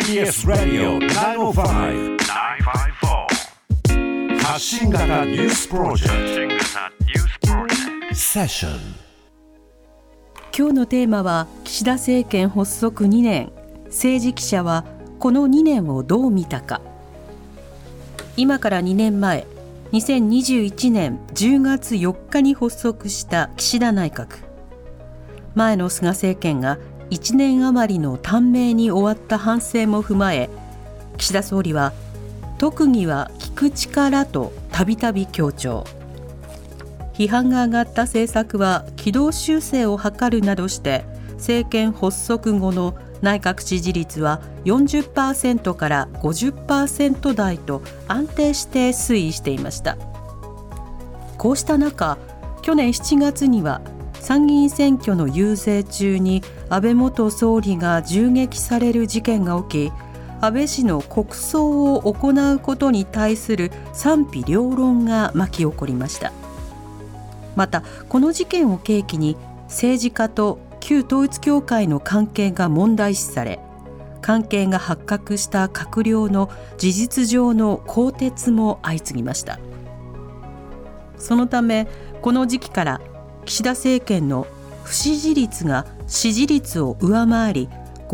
TBS ラジオ905-954発信型ニュースプロジェクトセッション。 今日のテーマは岸田政権発足2年、政治記者はこの2年をどう見たか。今から2年前、2021年10月4日に発足した岸田内閣。前の菅政権が1年余りの短命に終わった反省も踏まえ、岸田総理は特技は聞く力とたびたび強調。批判が上がった政策は軌道修正を図るなどして政権発足後の内閣支持率は 40% から 50% 台と安定して推移していました。こうした中、去年7月には参議院選挙の遊説中に安倍元総理が銃撃される事件が起き、安倍氏の国葬を行うことに対する賛否両論が巻き起こりました。またこの事件を契機に政治家と旧統一教会の関係が問題視され、関係が発覚した閣僚の事実上の更迭も相次ぎました。そのためこの時期から岸田政権の不支持率が支持率を上回り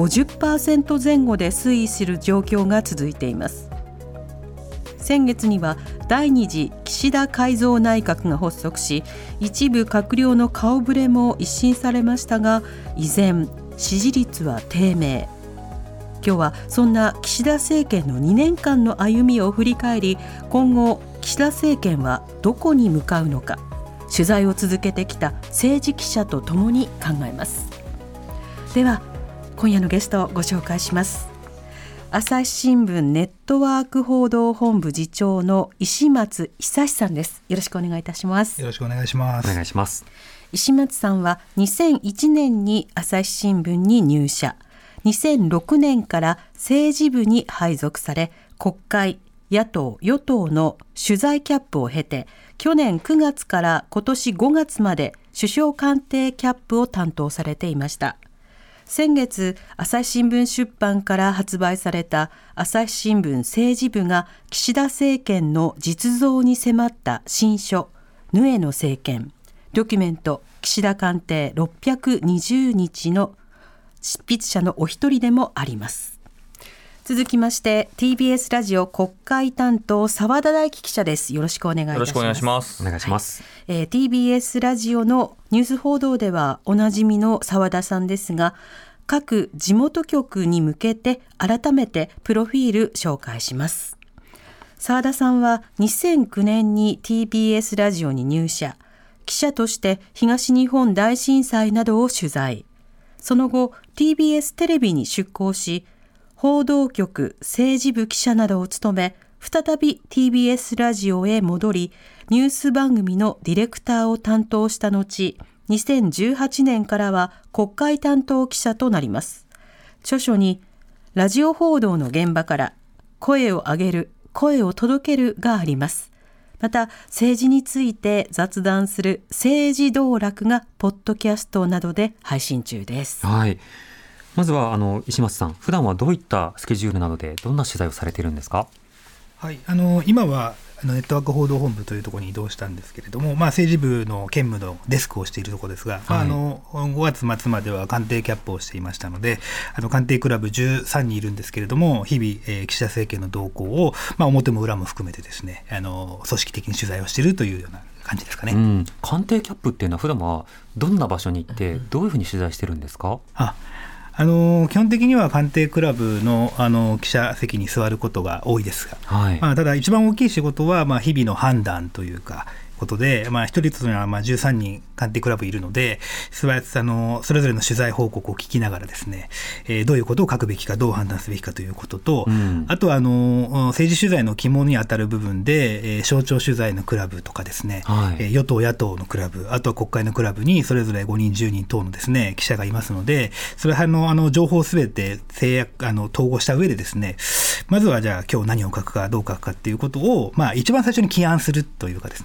50% 前後で推移する状況が続いています。先月には第2次岸田改造内閣が発足し、一部閣僚の顔ぶれも一新されましたが、依然支持率は低迷。今日はそんな岸田政権の2年間の歩みを振り返り、今後岸田政権はどこに向かうのか、取材を続けてきた政治記者とともに考えます。では今夜のゲストをご紹介します。朝日新聞ネットワーク報道本部次長の石松久さんです。よろしくお願いいたします。 よろしくお願いします。 お願いします。 石松さんは2001年に朝日新聞に入社、2006年から政治部に配属され、国会、野党、与党の取材キャップを経て、去年9月から今年5月まで首相官邸キャップを担当されていました。先月、朝日新聞出版から発売された朝日新聞政治部が岸田政権の実像に迫った新書、ヌエの政権、ドキュメント岸田官邸620日の執筆者のお一人でもあります。続きまして TBS ラジオ国会担当澤田大樹記者です。よろしくお願いいたします。 よろしくお願いします。お願いします。 TBS ラジオのニュース報道ではおなじみの澤田さんですが、各地元局に向けて改めてプロフィール紹介します。澤田さんは2009年に TBS ラジオに入社、記者として東日本大震災などを取材。その後 TBS テレビに出向し、報道局政治部記者などを務め、再び TBS ラジオへ戻り、ニュース番組のディレクターを担当した後、2018年からは国会担当記者となります。著書にラジオ報道の現場から声を上げる、声を届けるがあります。また政治について雑談する政治道楽がポッドキャストなどで配信中です。 はい、まずは石松さん、普段はどういったスケジュールなどでどんな取材をされているんですか？ はい、今はネットワーク報道本部というところに移動したんですけれども、政治部の兼務のデスクをしているところですが、はい、5月末までは官邸キャップをしていましたので、官邸クラブ13人いるんですけれども、日々、岸田政権の動向を、表も裏も含めてですね、組織的に取材をしているというような感じですかね。 官邸キャップっていうのは普段はどんな場所に行ってどういうふうに取材してるんですか？ 基本的には官邸クラブの、記者席に座ることが多いですが、はい、ただ一番大きい仕事は、日々の判断というかことで、一人というのは13人官邸クラブいるので、それぞれの取材報告を聞きながらですね、どういうことを書くべきか、どう判断すべきかということと、あとは政治取材の肝に当たる部分で、省庁取材のクラブとかですね、はい、与党野党のクラブ、あとは国会のクラブにそれぞれ5人10人等のですね記者がいますので、それの情報をすべて統合した上でですね、まずはじゃあ今日何を書くかどう書くかっていうことを、一番最初に起案するというかですね、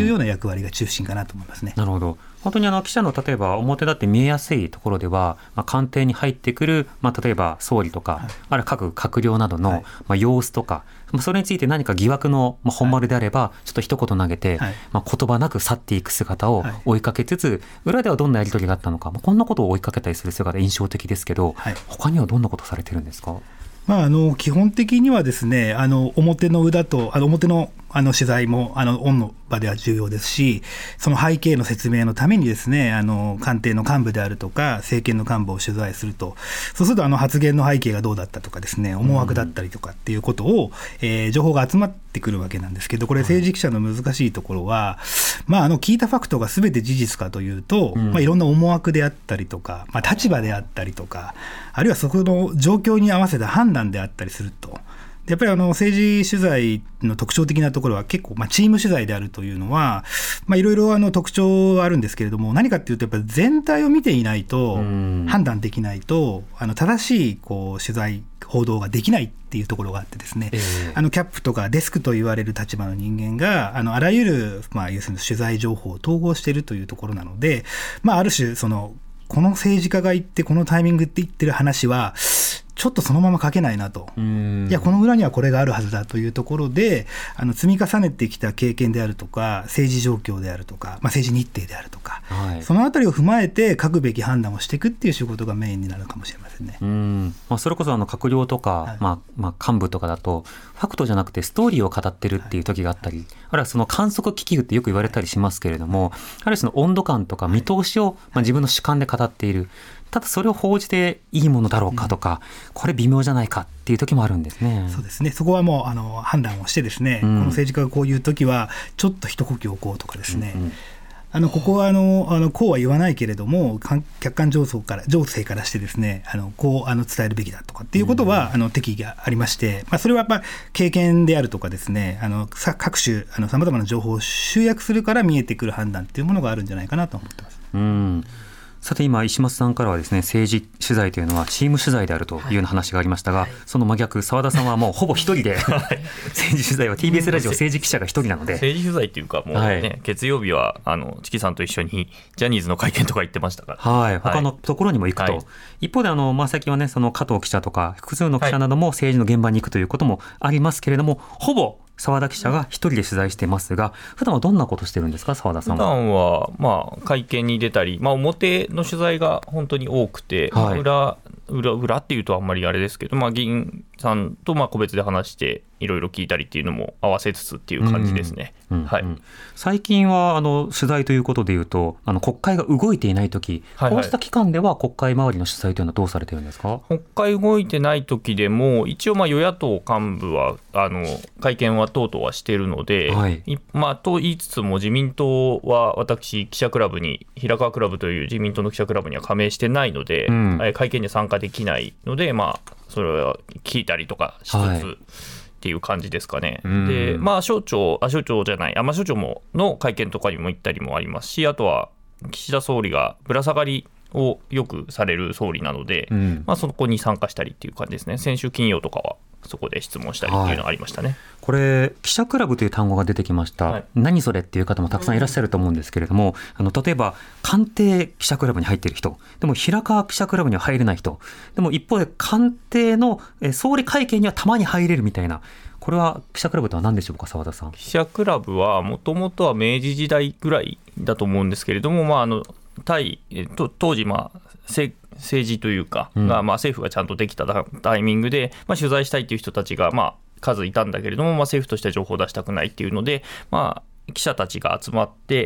いうような役割が中心かなと思いますね。 なるほど。本当に記者の例えば表立って見えやすいところでは、官邸に入ってくる、例えば総理とか、あるいは各閣僚などの、様子とか、それについて何か疑惑の本丸であれば、ちょっと一言投げて、言葉なく去っていく姿を追いかけつつ、裏ではどんなやり取りがあったのか、こんなことを追いかけたりする姿印象的ですけど、他にはどんなことされてるんですか？ 基本的にはですね、表の裏と表の取材もオンの場では重要ですし、その背景の説明のためにですね、官邸の幹部であるとか政権の幹部を取材すると、そうすると発言の背景がどうだったとかですね、思惑だったりとかっていうことを、情報が集まってくるわけなんですけど、これ政治記者の難しいところは、聞いたファクトが全て事実かというと、いろんな思惑であったりとか、立場であったりとか、あるいはそこの状況に合わせた判断であったりすると。やっぱり政治取材の特徴的なところは結構チーム取材であるというのは、いろいろ特徴はあるんですけれども、何かっていうとやっぱり全体を見ていないと判断できないと正しい取材報道ができないっていうところがあってですね、キャップとかデスクと言われる立場の人間があらゆる、要するに取材情報を統合しているというところなので、ある種この政治家が言ってこのタイミングって言ってる話はちょっとそのまま書けないなと、いやこの裏にはこれがあるはずだというところで積み重ねてきた経験であるとか政治状況であるとか、政治日程であるとか、そのあたりを踏まえて書くべき判断をしていくっていう仕事がメインになるかもしれませんね。 それこそ閣僚とか、幹部とかだとファクトじゃなくてストーリーを語ってるっていう時があったり、あるいはその観測気球ってよく言われたりしますけれども、あるいはその温度感とか見通しを、自分の主観で語っている。ただそれを報じていいものだろうかとか、これ微妙じゃないかっていう時もあるんですね。 そうですね。そこはもう判断をしてですね、この政治家がこういう時はちょっと一呼吸置こうとかですね、ここはこうは言わないけれども客観情勢からしてですねこう伝えるべきだとかっていうことは適宜がありまして、それはやっぱ経験であるとかですね各種さまざまな情報を集約するから見えてくる判断っていうものがあるんじゃないかなと思ってます。 さて今石松さんからはですね、政治取材というのはチーム取材であるというような話がありましたが、その真逆、澤田さんはもうほぼ一人で政治取材は TBS ラジオ政治記者が一人なので、 政治取材っていうかもうね、月曜日はチキさんと一緒にジャニーズの会見とか行ってましたから、 他のところにも行くと、一方で最近はねその加藤記者とか複数の記者なども政治の現場に行くということもありますけれども、ほぼ澤田記者が一人で取材していますが、普段はどんなことしてるんですか、澤田さんは。 普段は会見に出たり、表の取材が本当に多くて、裏っていうとあんまりあれですけど、議員さんと個別で話していろいろ聞いたりっていうのも合わせつつっていう感じですね。 最近は取材ということでいうと国会が動いていないとき、こうした期間では国会周りの取材というのはどうされてるんですか？ 国会動いてないときでも一応与野党幹部は会見は等々はしているので、と言いつつも自民党は私記者クラブに平川クラブという自民党の記者クラブには加盟してないので、会見に参加できないので、それは聞いたりとかしつつ、っていう感じですかね。で、省庁もの会見とかにも行ったりもありますし、あとは岸田総理がぶら下がりをよくされる総理なので、そこに参加したりっていう感じですね。先週金曜とかはそこで質問したりっていうのがありましたね。 これ記者クラブという単語が出てきました、何それっていう方もたくさんいらっしゃると思うんですけれども、例えば官邸記者クラブに入っている人でも平川記者クラブには入れない人でも一方で官邸の総理会見にはたまに入れるみたいな、これは記者クラブとは何でしょうか、澤田さん。 記者クラブはもともとは明治時代ぐらいだと思うんですけれども、当時政治というかが、政府がちゃんとできたタイミングで、取材したいという人たちが数いたんだけれども、政府としては情報を出したくないっていうので、記者たちが集まって、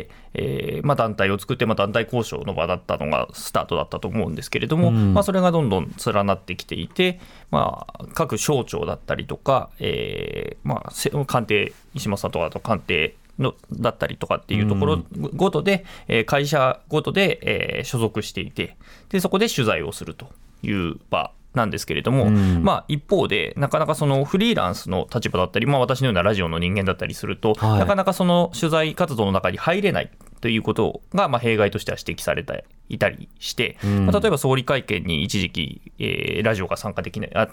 団体を作って、団体交渉の場だったのがスタートだったと思うんですけれども、それがどんどん連なってきていて、各省庁だったりとか、官邸、石松さんとかと官邸だったりとかっていうところごとで、会社ごとで、所属していて、でそこで取材をするという場なんですけれども、一方でなかなかそのフリーランスの立場だったり、私のようなラジオの人間だったりすると、なかなかその取材活動の中に入れないということが弊害としては指摘されていたりして、例えば総理会見に一時期、ラジオが参加できない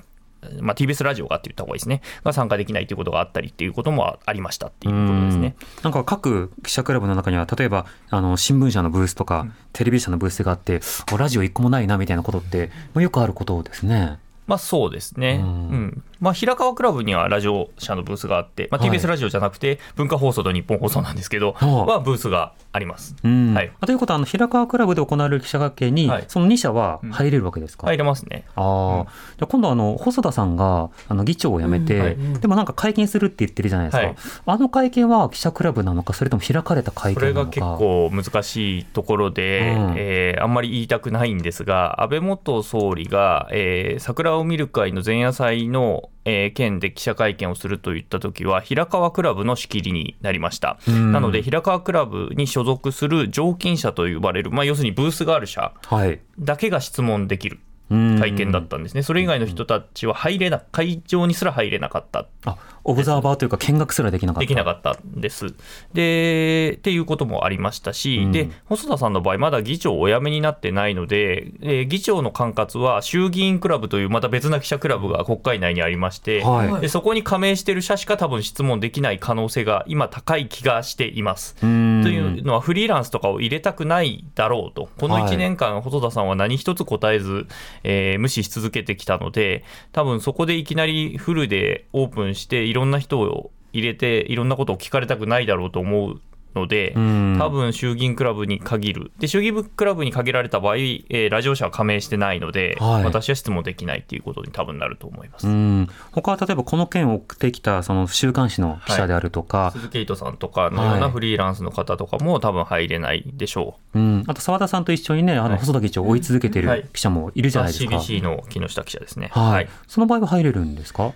TBS ラジオがって言った方がいいですね、が参加できないということがあったりっていうこともありましたっていうことですね。 なんか各記者クラブの中には例えば新聞社のブースとかテレビ社のブースがあってラジオ一個もないなみたいなことってよくあることですね。 そうですね、平川クラブにはラジオ社のブースがあって、TBS ラジオじゃなくて文化放送と日本放送なんですけど、ブースがあります。ということは平川クラブで行われる記者会見に、その2社は入れるわけですか？ 入れますね。 じゃあ今度細田さんが議長を辞めて、でもなんか会見するって言ってるじゃないですか、会見は記者クラブなのかそれとも開かれた会見なのか。 これが結構難しいところで、あんまり言いたくないんですが、安倍元総理が、桜を見る会の前夜祭の件で記者会見をするといったときは平川クラブの仕切りになりました。なので平川クラブに所属する常勤者と呼ばれる、要するにブースがある社だけが質問できる会見だったんですね。それ以外の人たちは会場にすら入れなかった。 オブザーバーというか見学すらできなかったんです。でっていうこともありましたし、で細田さんの場合まだ議長お辞めになってないので、議長の管轄は衆議院クラブというまた別な記者クラブが国会内にありまして、でそこに加盟している社しか多分質問できない可能性が今高い気がしています。というのはフリーランスとかを入れたくないだろうと。この1年間細田さんは何一つ答えず、無視し続けてきたので、多分そこでいきなりフルでオープンしていろんな人を入れていろんなことを聞かれたくないだろうと思うので、多分衆議院クラブに限る。で衆議院クラブに限られた場合、ラジオ社は加盟してないので、私は質問できないということに多分なると思います。 他は例えばこの件を送ってきたその週刊誌の記者であるとか、 鈴木エイトさんとかのようなフリーランスの方とかも多分入れないでしょう。 あと澤田さんと一緒にね細田議長を追い続けている記者もいるじゃないですか。 CBC の木下記者ですね。 その場合は入れるんですか？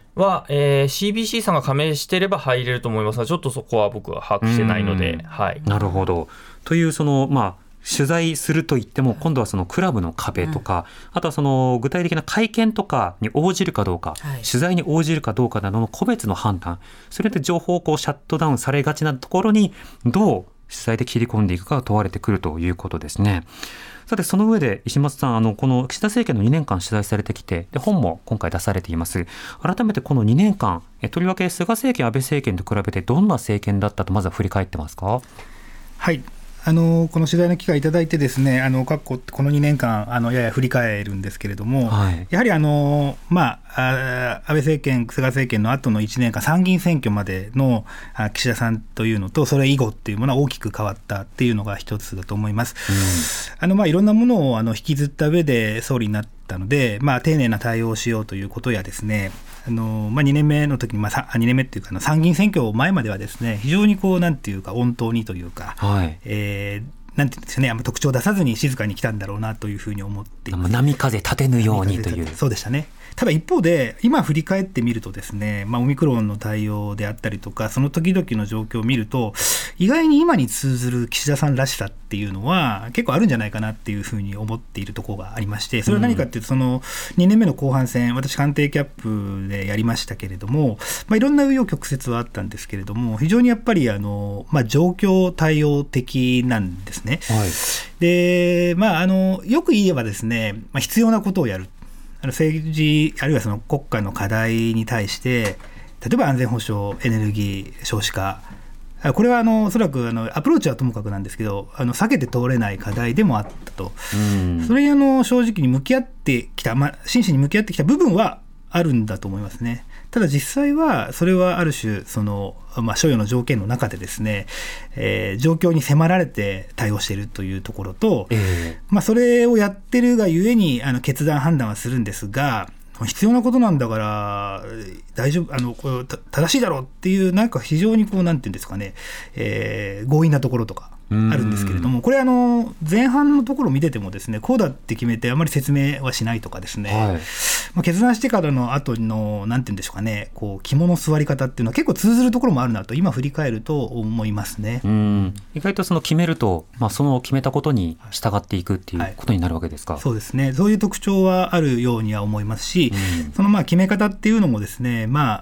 CBC さんが加盟していれば入れると思いますが、ちょっとそこは僕は把握してないので。 なるほど。という取材するといっても今度はそのクラブの壁とか、あとはその具体的な会見とかに応じるかどうか、取材に応じるかどうかなどの個別の判断、それで情報をシャットダウンされがちなところにどう取材で切り込んでいくかが問われてくるということですね。さてその上で石松さん、この岸田政権の2年間取材されてきて、で本も今回出されています。改めてこの2年間、とりわけ菅政権安倍政権と比べてどんな政権だったとまずは振り返ってますか？ はい、この取材の機会いただいてですね、この2年間やや振り返るんですけれども、やはり安倍政権菅政権の後の1年間参議院選挙までの岸田さんというのとそれ以後っていうものは大きく変わったっていうのが一つだと思います。いろんなものを引きずった上で総理になったので、丁寧な対応をしようということやですね、2年目の時に、2年目っていうか参議院選挙前まではですね、非常になんていうか穏当にというか、なんていうんですかね、特徴を出さずに静かに来たんだろうなというふうに思っています。 波風立てぬようにという。 そうでしたね。ただ一方で今振り返ってみるとですね、オミクロンの対応であったりとかその時々の状況を見ると意外に今に通ずる岸田さんらしさっていうのは結構あるんじゃないかなっていうふうに思っているところがありまして、それは何かっていうとその2年目の後半戦、私官邸キャップでやりましたけれども、いろんな紆余曲折はあったんですけれども、非常にやっぱり状況対応的なんですね。で、よく言えばですね、必要なことをやる、政治あるいはその国家の課題に対して例えば安全保障、エネルギー、少子化、これはおそらくアプローチはともかくなんですけど避けて通れない課題でもあったと。それに正直に向き合ってきた、真摯に向き合ってきた部分はあるんだと思いますね。ただ実際はそれはある種所与の条件の中でですね、状況に迫られて対応しているというところと、それをやってるがゆえに決断判断はするんですが、必要なことなんだから大丈夫、これ正しいだろうっていうなんか非常になんていうんですかね、強引なところとかあるんですけれども、これ前半のところを見ててもですね、こうだって決めてあまり説明はしないとかですね、決断してからの後のなんていうんでしょうかね、肝の座り方っていうのは結構通ずるところもあるなと今振り返ると思いますね。 意外と決めると、その決めたことに従っていくっていうことになるわけですか？ そうですね、そういう特徴はあるようには思いますし、その決め方っていうのもですね、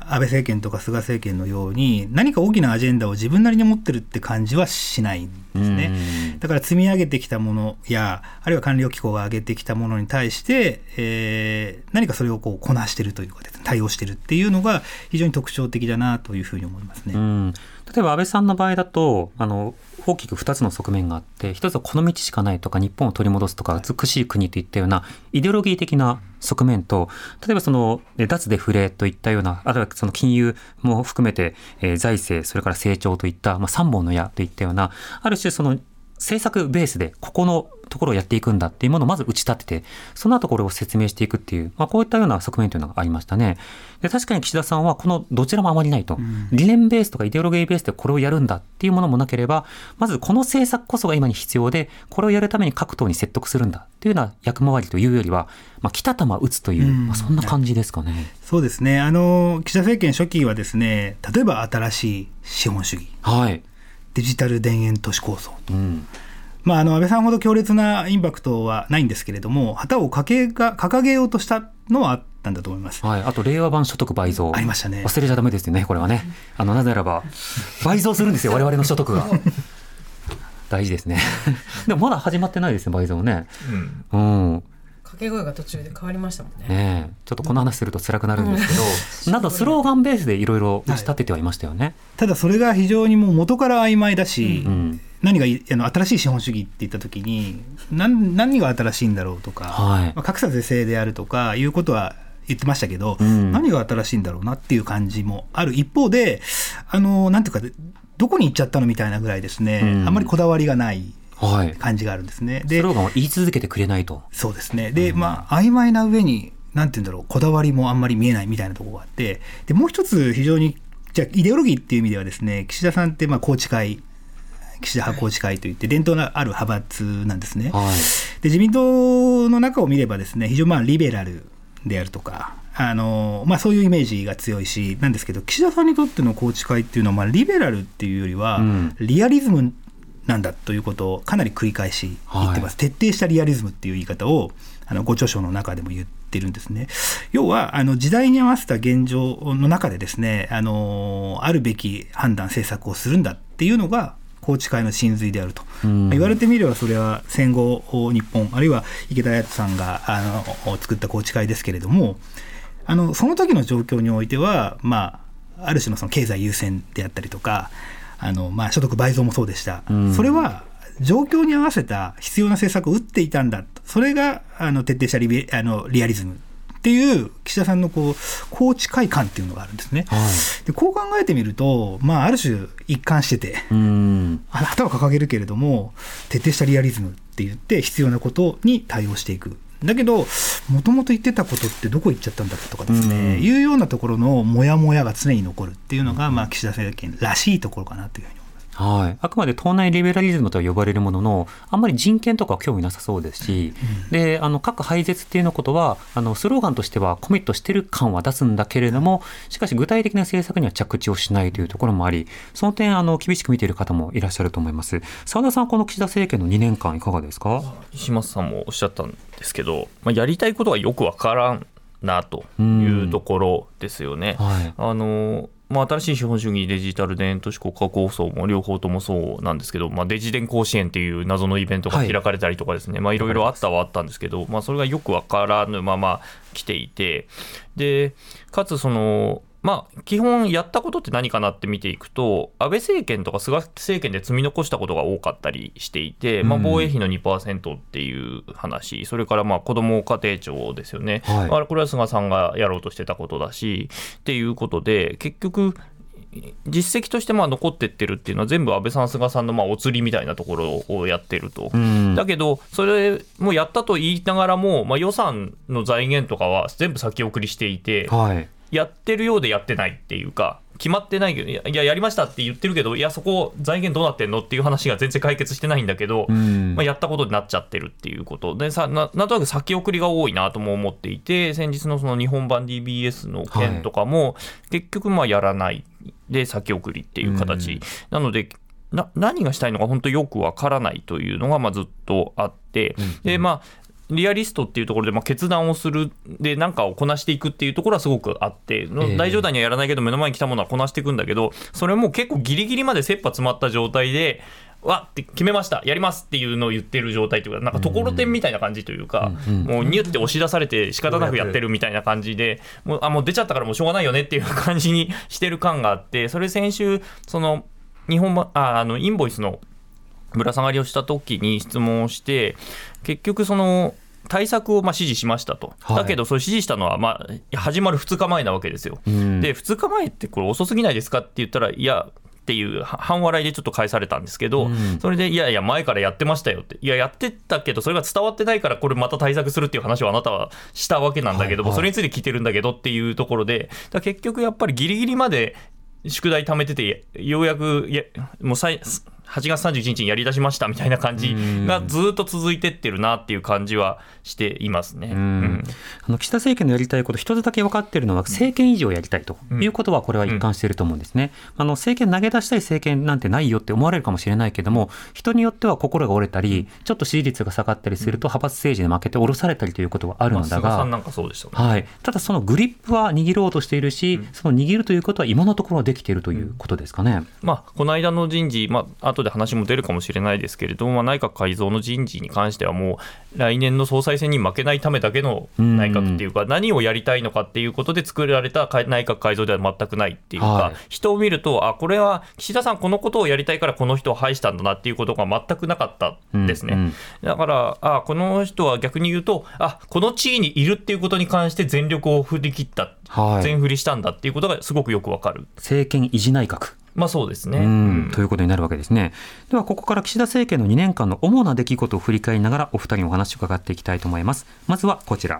安倍政権とか菅政権のように何か大きなアジェンダを自分なりに持ってるって感じはしないんですね。だから積み上げてきたものやあるいは官僚機構が上げてきたものに対して、何かそれをこなしてるというかですね、対応してるっていうのが非常に特徴的だなというふうに思いますね。 例えば安倍さんの場合だと大きく2つの側面があって、一つはこの道しかないとか日本を取り戻すとか美しい国といったようなイデオロギー的な側面と、例えばその脱デフレといったような、あるいはその金融も含めて財政それから成長といった3本の矢といったような、ある種その政策ベースでここのところをやっていくんだっていうものをまず打ち立てて、その後これを説明していくっていう、こういったような側面というのがありましたね。で確かに岸田さんはこのどちらもあまりないと、理念ベースとかイデオロギーベースでこれをやるんだっていうものもなければ、まずこの政策こそが今に必要で、これをやるために各党に説得するんだっていうような役回りというよりは、来た球打つという、そんな感じですかね。 そうですね。岸田政権初期はですね、例えば新しい資本主義、デジタル田園都市構想、安倍さんほど強烈なインパクトはないんですけれども、旗を掲げようとしたのはあったんだと思います。 あと令和版所得倍増ありましたね。 忘れちゃダメですよね、これはね。なぜならば倍増するんですよ、我々の所得が大事ですねでもまだ始まってないですね、倍増ね。 掛け声が途中で変わりましたもんね。 ちょっとこの話すると辛くなるんですけど、などスローガンベースでいろいろ打ち立ててはいましたよね。 ただそれが非常にもう元から曖昧だし、何が新しい資本主義って言った時に 何が新しいんだろうとか、格差是正であるとかいうことは言ってましたけど、何が新しいんだろうなっていう感じもある一方で、なんていうかどこに行っちゃったのみたいなぐらいですね、あんまりこだわりがない感じがあるんですね。 でスローガンを言い続けてくれないと。 そうですね。で、曖昧な上になんていうんだろう、こだわりもあんまり見えないみたいなところがあって、でもう一つ非常にじゃあイデオロギーっていう意味ではですね、岸田さんって宏池会、岸田派宏池会といって伝統のある派閥なんですね。で自民党の中を見ればですね、非常にリベラルであるとかそういうイメージが強いしなんですけど、岸田さんにとっての宏池会っていうのはリベラルっていうよりはリアリズムなんだということをかなり繰り返し言ってます。徹底したリアリズムっていう言い方をご著書の中でも言ってるんですね。要は時代に合わせた現状の中でですね、あるべき判断政策をするんだっていうのが宏池会の真髄であると、言われてみればそれは戦後日本あるいは池田隼人さんが作った宏池会ですけれども、その時の状況においては、ある種のその経済優先であったりとか所得倍増もそうでした、それは状況に合わせた必要な政策を打っていたんだ、それが徹底したリアリズムっていう岸田さんの宏池会感っていうのがあるんですね。でこう考えてみると、ある種一貫してて旗を掲げるけれども徹底したリアリズムって言って必要なことに対応していく。だけどもともと言ってたことってどこ行っちゃったんだとかですね、いうようなところのモヤモヤが常に残るっていうのが、岸田政権らしいところかなというふうに思います。 あくまで党内リベラリズムと呼ばれるものの、あんまり人権とかは興味なさそうですし、で核廃絶っていうのことはスローガンとしてはコミットしてる感は出すんだけれども、しかし具体的な政策には着地をしないというところもあり、その点厳しく見ている方もいらっしゃると思います。澤田さん、この岸田政権の2年間いかがですか？ 石松さんもおっしゃったんですけど、やりたいことがよくわからんなというところですよね。新しい資本主義、デジタル田園都市国家構想も両方ともそうなんですけど、デジデン甲子園っていう謎のイベントが開かれたりとかですね、いろいろあったんですけど、それがよくわからぬまま来ていて、でかつ基本やったことって何かなって見ていくと、安倍政権とか菅政権で積み残したことが多かったりしていて、防衛費の 2% っていう話、それから子ども家庭庁ですよね、これは菅さんがやろうとしてたことだしっていうことで、結局実績として残ってってるっていうのは全部安倍さん菅さんのお釣りみたいなところをやってると。だけどそれもやったと言いながらも、予算の財源とかは全部先送りしていて、やってるようでやってないっていうか、決まってないけど、やりましたって言ってるけど、そこ財源どうなってんのっていう話が全然解決してないんだけど、やったことになっちゃってるっていうことで、なんとなく先送りが多いなとも思っていて、先日のその日本版 DBS の件とかも、結局やらないで先送りっていう形なので、何がしたいのか本当よくわからないというのがずっとあって、でリアリストっていうところで決断をするで何かをこなしていくっていうところはすごくあって、大冗談にはやらないけど目の前に来たものはこなしていくんだけど、それも結構ギリギリまで切羽詰まった状態でわって決めましたやりますっていうのを言ってる状態というか、なんかところてんみたいな感じというか、もうニュッて押し出されて仕方なくやってるみたいな感じで、もう出ちゃったからもうしょうがないよねっていう感じにしてる感があって、それ先週そのインボイスのぶら下がりをした時に質問をして、結局その対策を指示しましたと、だけどそれ指示したのは始まる2日前なわけですよ。で2日前ってこれ遅すぎないですかって言ったら、いやっていう半笑いでちょっと返されたんですけど、それでいやいや前からやってましたよって、いややってたけどそれが伝わってないからこれまた対策するっていう話をあなたはしたわけなんだけども、それについて聞いてるんだけどっていうところで、だ結局やっぱりギリギリまで宿題貯めてて、ようやくもう8月31日にやりだしましたみたいな感じがずっと続いてってるなっていう感じはしていますね。 岸田政権のやりたいこと、一つだけ分かっているのは政権維持をやりたいということはこれは一貫していると思うんですね。政権投げ出したい政権なんてないよって思われるかもしれないけども、人によっては心が折れたりちょっと支持率が下がったりすると派閥政治で負けて降ろされたりということはあるのだが、 菅さんなんかそうでしたね。 はい、ただそのグリップは握ろうとしているし、その握るということは今のところはできているということですかね。 この間の人事、後で話も出るかもしれないですけれども、内閣改造の人事に関してはもう来年の総裁選に負けないためだけの内閣っていうか、何をやりたいのかっていうことで作られた内閣改造では全くないっていうか、人を見るとこれは岸田さんこのことをやりたいからこの人を配したんだなっていうことが全くなかったんですね。だからこの人は逆に言うとこの地位にいるっていうことに関して全力を振り切った、全振りしたんだっていうことがすごくよくわかる。 政権維持内閣、 そうですね、 ということになるわけですね。ではここから岸田政権の2年間の主な出来事を振り返りながらお二人にお話を伺っていきたいと思います。まずはこちら。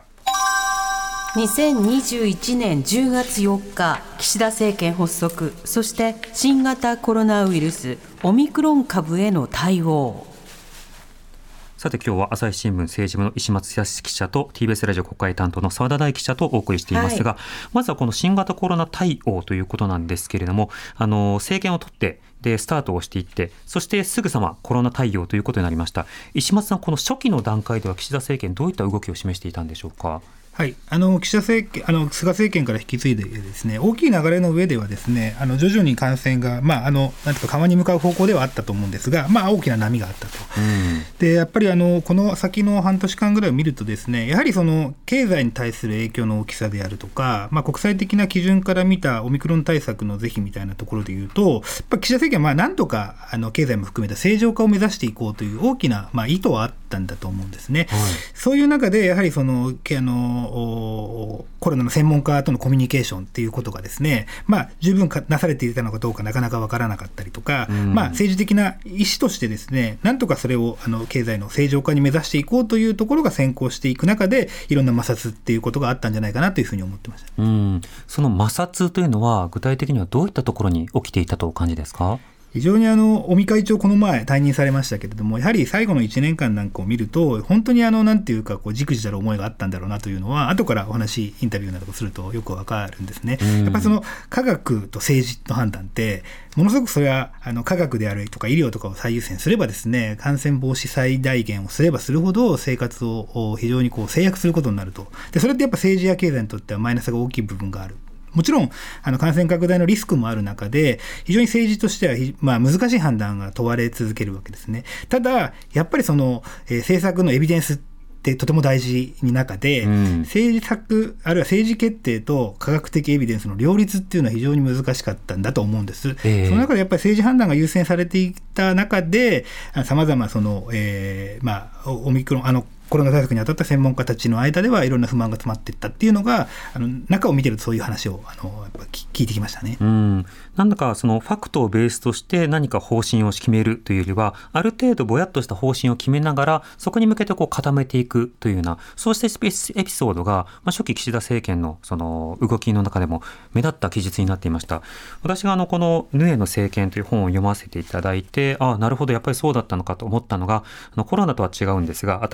2021年10月4日岸田政権発足、そして新型コロナウイルスオミクロン株への対応。 さて今日は朝日新聞政治部の石松康記者と TBS ラジオ国会担当の澤田大記者とお送りしていますが、まずはこの新型コロナ対応ということなんですけれども、政権を取ってでスタートをしていって、そしてすぐさまコロナ対応ということになりました。石松さん、この初期の段階では岸田政権どういった動きを示していたんでしょうか。 はい、岸田政権菅政権から引き継いでですね、大きい流れの上ではですね、徐々に感染がなんていうか緩和に向かう方向ではあったと思うんですが、大きな波があったと。でやっぱりこの先の半年間ぐらいを見るとですね、やはりその経済に対する影響の大きさであるとか、国際的な基準から見たオミクロン対策の是非みたいなところでいうと、やっぱ岸田政権はなんとか経済も含めた正常化を目指していこうという大きな意図はあったんだと思うんですね。そういう中でやはりそのコロナの専門家とのコミュニケーションっていうことがですね、十分なされていたのかどうかなかなか分からなかったりとか、政治的な意思としてですね、なんとかそれを経済の正常化に目指していこうというところが先行していく中で、いろんな摩擦っていうことがあったんじゃないかなというふうに思ってました。 その摩擦というのは具体的にはどういったところに起きていたとお感じですか。 非常に尾身会長この前退任されましたけれども、やはり最後の1年間なんかを見ると本当になんていうかじくじたる思いがあったんだろうなというのは、後からお話インタビューなどをするとよくわかるんですね。やっぱりその科学と政治の判断ってものすごくそれは科学であるとか医療とかを最優先すればですね、感染防止最大限をすればするほど生活を非常に制約することになると。でそれってやっぱ政治や経済にとってはマイナスが大きい部分がある。もちろん感染拡大のリスクもある中で、非常に政治としては難しい判断が問われ続けるわけですね。ただやっぱりその、政策のエビデンスってとても大事に中で、政策あるいは政治決定と科学的エビデンスの両立っていうのは非常に難しかったんだと思うんです。その中でやっぱり政治判断が優先されていた中で、さまざまその、オミクロンコロナ対策に当たった専門家たちの間ではいろんな不満が詰まっていったっていうのが中を見てるとそういう話をやっぱ聞いてきましたね。 なんだかそのファクトをベースとして何か方針を決めるというよりは、ある程度ぼやっとした方針を決めながらそこに向けて固めていくというような、そうしたエピソードが、初期岸田政権のその動きの中でも目立った記述になっていました。私がこのヌエの政権という本を読ませていただいて、なるほどやっぱりそうだったのかと思ったのが、コロナとは違うんですが新しい資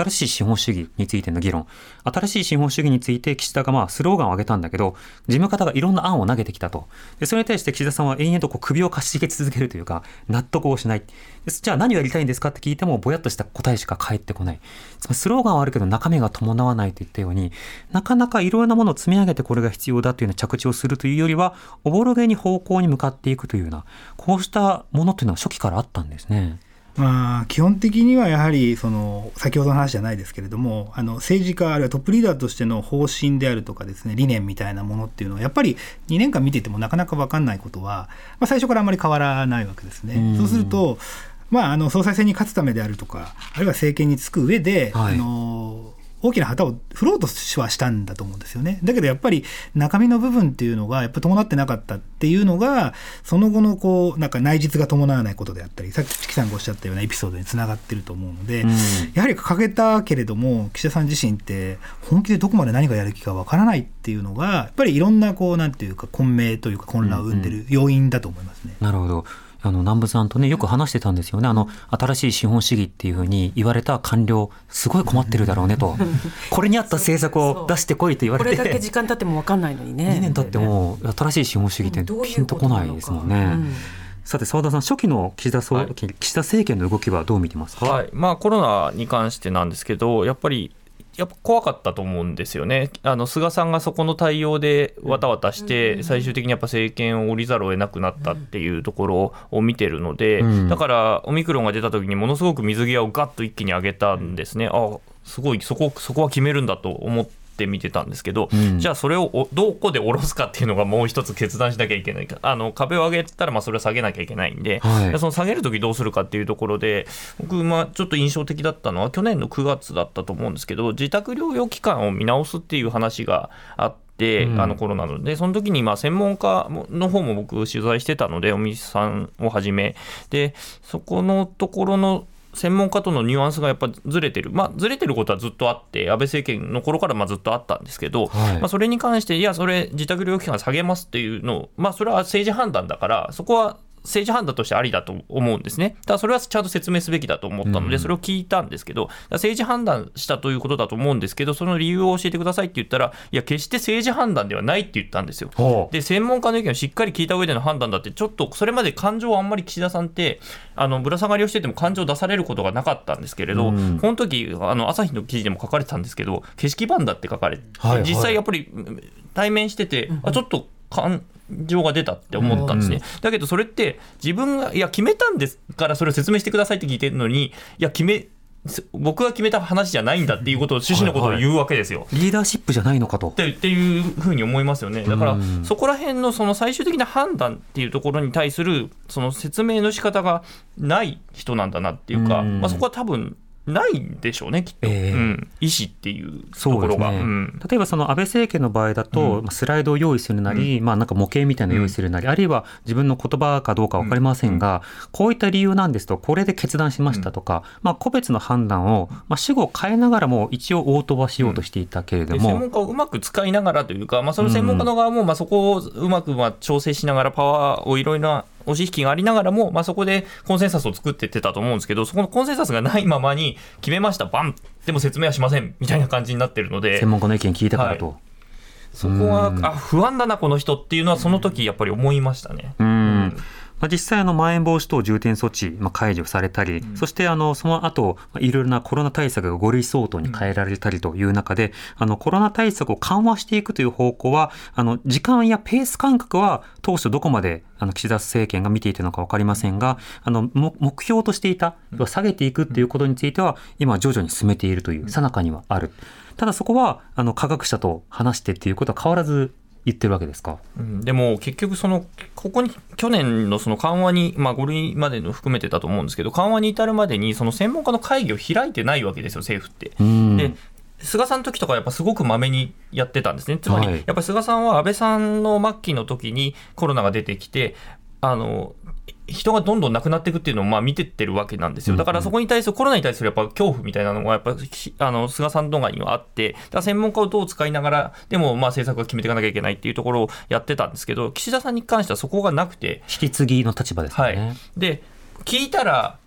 資本主義についての議論、新しい資本主義について岸田がスローガンを上げたんだけど、事務方がいろんな案を投げてきたと。でそれに対して岸田さんは延々と首をかしげ続けるというか、納得をしない。じゃあ何をやりたいんですかって聞いてもぼやっとした答えしか返ってこない。つまりスローガンはあるけど中身が伴わないといったように、なかなかいろいろなものを積み上げてこれが必要だというような着地をするというよりは、おぼろげに方向に向かっていくというような、こうしたものというのは初期からあったんですね。 基本的にはやはり先ほどの話じゃないですけれども、政治家あるいはトップリーダーとしての方針であるとかですね、理念みたいなものっていうのはやっぱり2年間見ていてもなかなか分かんないことは、最初からあんまり変わらないわけですね。そうすると、総裁選に勝つためであるとか、あるいは政権に就く上で、大きな旗を振ろうとはしたんだと思うんですよね。だけどやっぱり中身の部分っていうのがやっぱり伴ってなかったっていうのが、その後のなんか内実が伴わないことであったり、さっきチキさんがおっしゃったようなエピソードにつながってると思うので、やはり掲げたけれども岸田さん自身って本気でどこまで何がやる気かわからないっていうのが、やっぱりいろんななんていうか混迷というか混乱を生んでる要因だと思いますね。 なるほど。南部さんとねよく話してたんですよね。新しい資本主義っていうふうに言われた官僚、すごい困ってるだろうねとこれに合った政策を出してこいと言われて、 これだけ時間経っても分かんないのにね。 2年経っても新しい資本主義ってピンとこないですもんね。さて澤田さん、初期の岸田政権の動きはどう見てますか？ コロナに関してなんですけど、やっぱ怖かったと思うんですよね。菅さんがそこの対応でわたわたして最終的にやっぱ政権を降りざるを得なくなったっていうところを見てるので、だからオミクロンが出た時にものすごく水際をガッと一気に上げたんですね。すごいそこは決めるんだと思って見てたんですけど、じゃあそれをどこで下ろすかっていうのがもう一つ決断しなきゃいけないか。壁を上げたらそれは下げなきゃいけないんで、その下げるときどうするかっていうところで、僕ちょっと印象的だったのは去年の9月だったと思うんですけど、自宅療養期間を見直すっていう話があって、コロナのでその時に専門家の方も僕取材してたので、尾身さんをはじめで、そこのところの専門家とのニュアンスがやっぱずれてる、ずれてることはずっとあって、安倍政権の頃からずっとあったんですけど、それに関して、それ自宅療養期間下げますっていうのを、それは政治判断だから、そこは政治判断としてありだと思うんですね。ただそれはちゃんと説明すべきだと思ったので、それを聞いたんですけど、政治判断したということだと思うんですけど、その理由を教えてくださいって言ったら、決して政治判断ではないって言ったんですよ。で、専門家の意見をしっかり聞いた上での判断だって、ちょっとそれまで感情をあんまり岸田さんってぶら下がりをしてても感情を出されることがなかったんですけれど、この時朝日の記事でも書かれてたんですけど、景色版だって書かれて、実際やっぱり対面してて、ちょっと感情が出たって思ったんですね。だけどそれって自分が決めたんですからそれを説明してくださいって聞いてるのに、僕が決めた話じゃないんだっていうことを趣旨のことを言うわけですよ。 リーダーシップじゃないのかとっていうふうに思いますよね。だからそこら辺のその最終的な判断っていうところに対するその説明の仕方がない人なんだなっていうか、そこは多分ないんでしょうね、きっと、意思っていうところが、例えばその安倍政権の場合だと、スライドを用意するなり、なんか模型みたいなのを用意するなり、あるいは自分の言葉かどうか分かりませんが、こういった理由なんですと、これで決断しましたとか、個別の判断を、主語を変えながらも一応応答はしようとしていたけれども、 専門家をうまく使いながらというか、その専門家の側もそこをうまく調整しながら、パワーをいろいろな押し引きがありながらも、そこでコンセンサスを作っていってたと思うんですけど、そこのコンセンサスがないままに決めました、バンでも説明はしませんみたいな感じになってるので、 専門家の意見聞いたからと、 そこは不安だなこの人っていうのはその時やっぱり思いましたね。 実際まん延防止等重点措置解除されたり、そしてその後いろいろなコロナ対策が5類相当に変えられたりという中で、コロナ対策を緩和していくという方向は時間やペース感覚は当初どこまで岸田政権が見ていたのか分かりませんが、目標としていた下げていくということについては今徐々に進めているという最中にはある。ただそこは科学者と話してっていうことは変わらず言ってるわけですか。 でも結局ここに去年のその緩和に、5類までの含めてだと思うんですけど、緩和に至るまでにその専門家の会議を開いてないわけですよ、政府って。で菅さんの時とかやっぱすごくまめにやってたんですね。つまりやっぱり菅さんは安倍さんの末期の時にコロナが出てきて人がどんどん亡くなっていくっていうのを見てってるわけなんですよ。だからそこに対するコロナに対するやっぱ恐怖みたいなのがやっぱ菅さんの側にはあって、だから専門家をどう使いながらでも政策を決めていかなきゃいけないっていうところをやってたんですけど、岸田さんに関してはそこがなくて、 引き継ぎの立場ですよね。 で聞いたら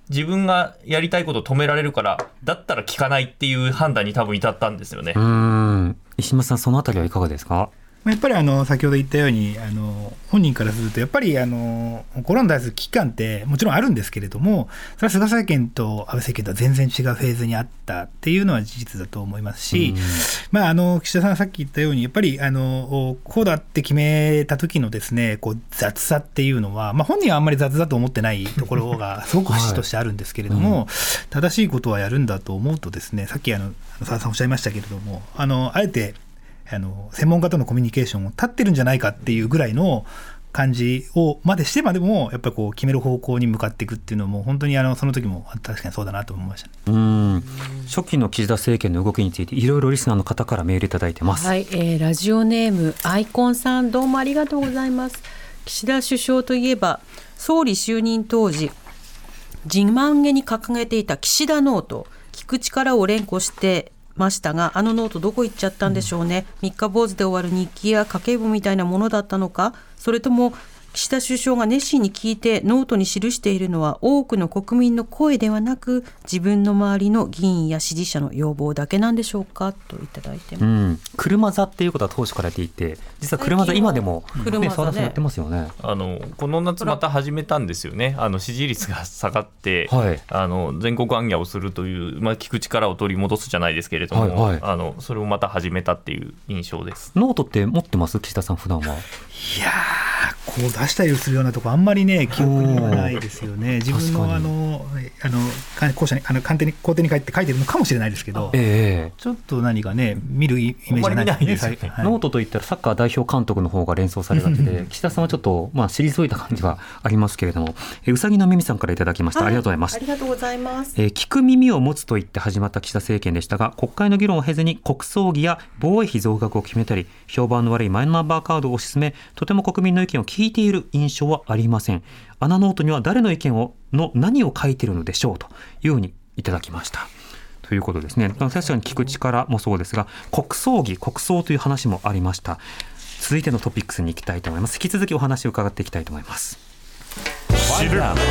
自分がやりたいことを止められるから、だったら聞かないっていう判断に多分至ったんですよね。 石松さん、そのあたりはいかがですか？ やっぱり先ほど言ったように本人からするとやっぱりコロナに対する危機感ってもちろんあるんですけれども、それは菅政権と安倍政権とは全然違うフェーズにあったっていうのは事実だと思いますし、岸田さんさっき言ったようにやっぱりこうだって決めた時のですね、こう雑さっていうのは、本人はあんまり雑だと思ってないところがすごく節としてあるんですけれども、正しいことはやるんだと思うとですね、さっき澤さんおっしゃいましたけれども、あえて専門家とのコミュニケーションを立ってるんじゃないかっていうぐらいの感じをまでしてまでもやっぱりこう決める方向に向かっていくっていうのも本当にその時も確かにそうだなと思いましたね。 初期の岸田政権の動きについていろいろリスナーの方からメールいただいてます。 はい、ラジオネームアイコンさん、どうもありがとうございます。岸田首相といえば総理就任当時自慢げに掲げていた岸田ノート、聞く力を連呼してましたが、あのノートどこ行っちゃったんでしょうね。三日坊主で終わる日記や家計簿みたいなものだったのか、それとも岸田首相が熱心に聞いてノートに記しているのは多くの国民の声ではなく自分の周りの議員や支持者の要望だけなんでしょうかといただいてます。 車座っていうことは当初から言っていて、実は車座今でも澤田さんやってますよね。 この夏また始めたんですよね。支持率が下がって、全国行脚をするという、聞く力を取り戻すじゃないですけれども、それをまた始めたっていう印象です。 ノートって持ってます？岸田さん普段は。 いやこう出したりするようなとこあんまりね記憶にはないですよね。自分の校舎に校庭に帰って書いてるのかもしれないですけど、ちょっと何かね見るイメージがないですね。 ノートといったらサッカー代表監督の方が連想されがちで岸田さんはちょっと退いた感じはありますけれども、うさぎの耳さんからいただきました。ありがとうございます。 ありがとうございます。 聞く耳を持つと言って始まった岸田政権でしたが、国会の議論を経ずに国葬儀や防衛費増額を決めたり、評判の悪いマイナンバーカードを推し進め、とても国民の意見を聞いている印象はありません。あのノートには誰の意見の何を書いているのでしょうというようにいただきましたということですね。確かに聞く力もそうですが、国葬儀国葬という話もありました。続いてのトピックスに行きたいと思います。引き続きお話を伺っていきたいと思います。 知る、若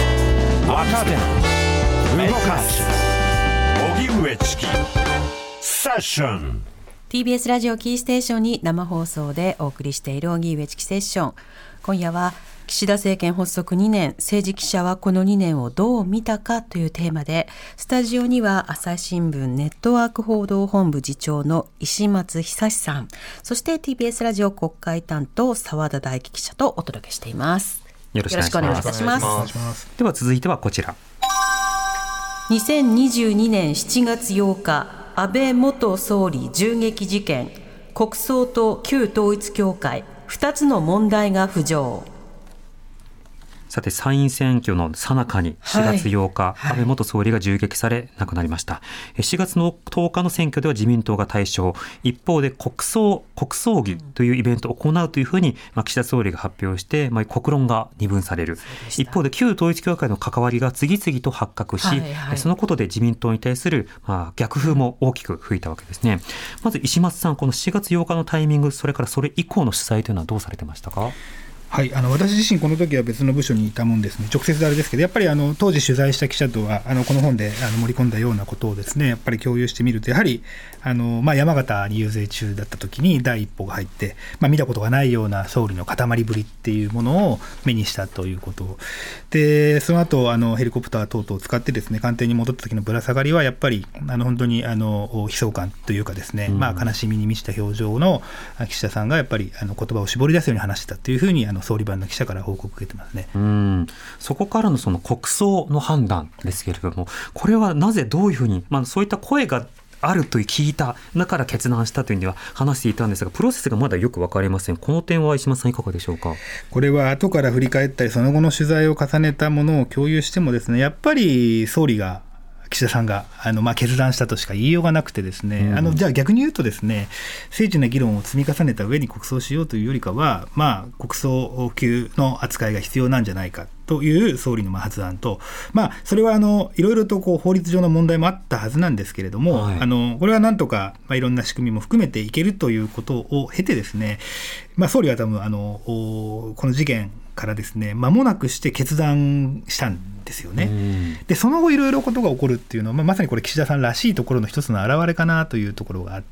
手、動かす、荻上チキセッション。 TBS ラジオキーステーションに生放送でお送りしている荻上チキセッション。今夜は岸田政権発足2年、政治記者はこの2年をどう見たかというテーマで、スタジオには朝日新聞ネットワーク報道本部次長の石松久さん、そして TBS ラジオ国会担当澤田大樹記者とお届けしています。よろしくお願いいたします。 では続いてはこちら。 2022年7月8日、安倍元総理銃撃事件、国葬と旧統一教会、2つの問題が浮上。 さて参院選挙の最中に4月8日、安倍元総理が銃撃され亡くなりました。4月の10日の選挙では自民党が大勝、一方で国葬儀というイベントを行うというふうに岸田総理が発表して、国論が二分される。一方で旧統一教会の関わりが次々と発覚し、そのことで自民党に対する逆風も大きく吹いたわけですね。まず石松さん、この4月8日のタイミング、それからそれ以降の取材というのはどうされてましたか？ はい、私自身この時は別の部署にいたもんですね。直接あれですけど、やっぱり当時取材した記者とはこの本で盛り込んだようなことをですね、やっぱり共有してみると、やはり山形に遊説中だった時に第一報が入って、見たことがないような総理の塊ぶりっていうものを目にしたということで、その後ヘリコプター等々を使ってですね、官邸に戻った時のぶら下がりはやっぱり本当に悲壮感というかですね、悲しみに満ちた表情の岸田さんがやっぱり言葉を絞り出すように話したというふうに総理版の記者から報告を受けてますね。 そこからのその国葬の判断ですけれども、これはなぜどういうふうに、そういった声があると聞いただから決断したというには話していたんですが、プロセスがまだよく分かりません。この点は石松さんいかがでしょうか？ これは後から振り返ったりその後の取材を重ねたものを共有してもですね、やっぱり総理が岸田さんが決断したとしか言いようがなくてですね、じゃあ逆に言うとですね、精緻な議論を積み重ねた上に国葬しようというよりかは、国葬級の扱いが必要なんじゃないかっという総理の発案と、それはいろいろと法律上の問題もあったはずなんですけれども、これはなんとか、いろんな仕組みも含めていけるということを経てですね、総理は多分この事件からですね間もなくして決断したんですよね。でその後いろいろことが起こるっていうのは、まさにこれ岸田さんらしいところの一つの表れかなというところがあって、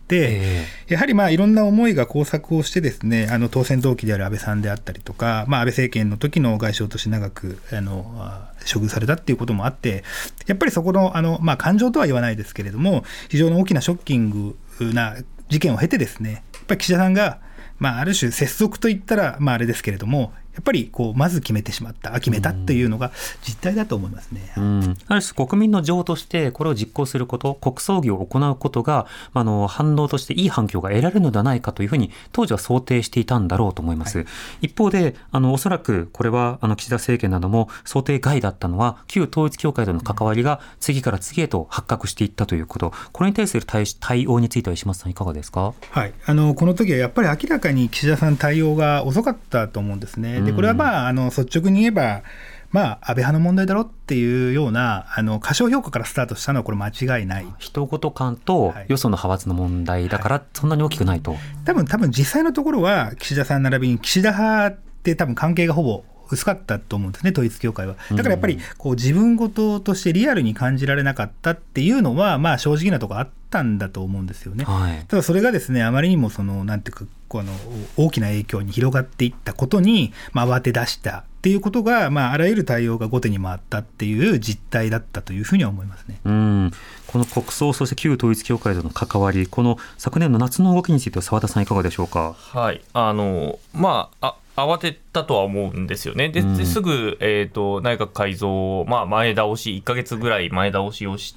やはりいろんな思いが交錯をしてですね、当選同期である安倍さんであったりとか、安倍政権の時の外相として長く処遇されたっていうこともあって、やっぱりそこの感情とは言わないですけれども、非常に大きなショッキングな事件を経てですね、やっぱり岸田さんがある種拙速といったらあれですけれども、やっぱりまず決めてしまった決めたっていうのが実態だと思いますね。 ある種国民の情としてこれを実行すること、国葬儀を行うことが反動としていい反響が得られるのではないかというふうに当時は想定していたんだろうと思います。一方でおそらくこれは岸田政権なども想定外だったのは、旧統一教会との関わりが次から次へと発覚していったということ、これに対する対応については石松さんいかがですか？ この時はやっぱり明らかに岸田さん対応が遅かったと思うんですね。でこれは率直に言えば安倍派の問題だろっていうような過小評価からスタートしたのはこれ間違いない。 人事感とよその派閥の問題だからそんなに大きくないと、 多分実際のところは岸田さん並びに岸田派って多分関係がほぼ薄かったと思うんですね、統一教会は。だからやっぱり自分事としてリアルに感じられなかったっていうのは正直なところあったんだと思うんですよね。ただそれがですねあまりにもなんていうか大きな影響に広がっていったことに、慌て出したっていうことが、あらゆる対応が後手に回ったっていう実態だったというふうには思いますね。 この国葬、そして旧統一教会との関わり、この昨年の夏の動きについては澤田さんいかがでしょうか？ 慌てたとは思うんですよね。ですぐ、内閣改造を、前倒し1ヶ月ぐらい前倒しをして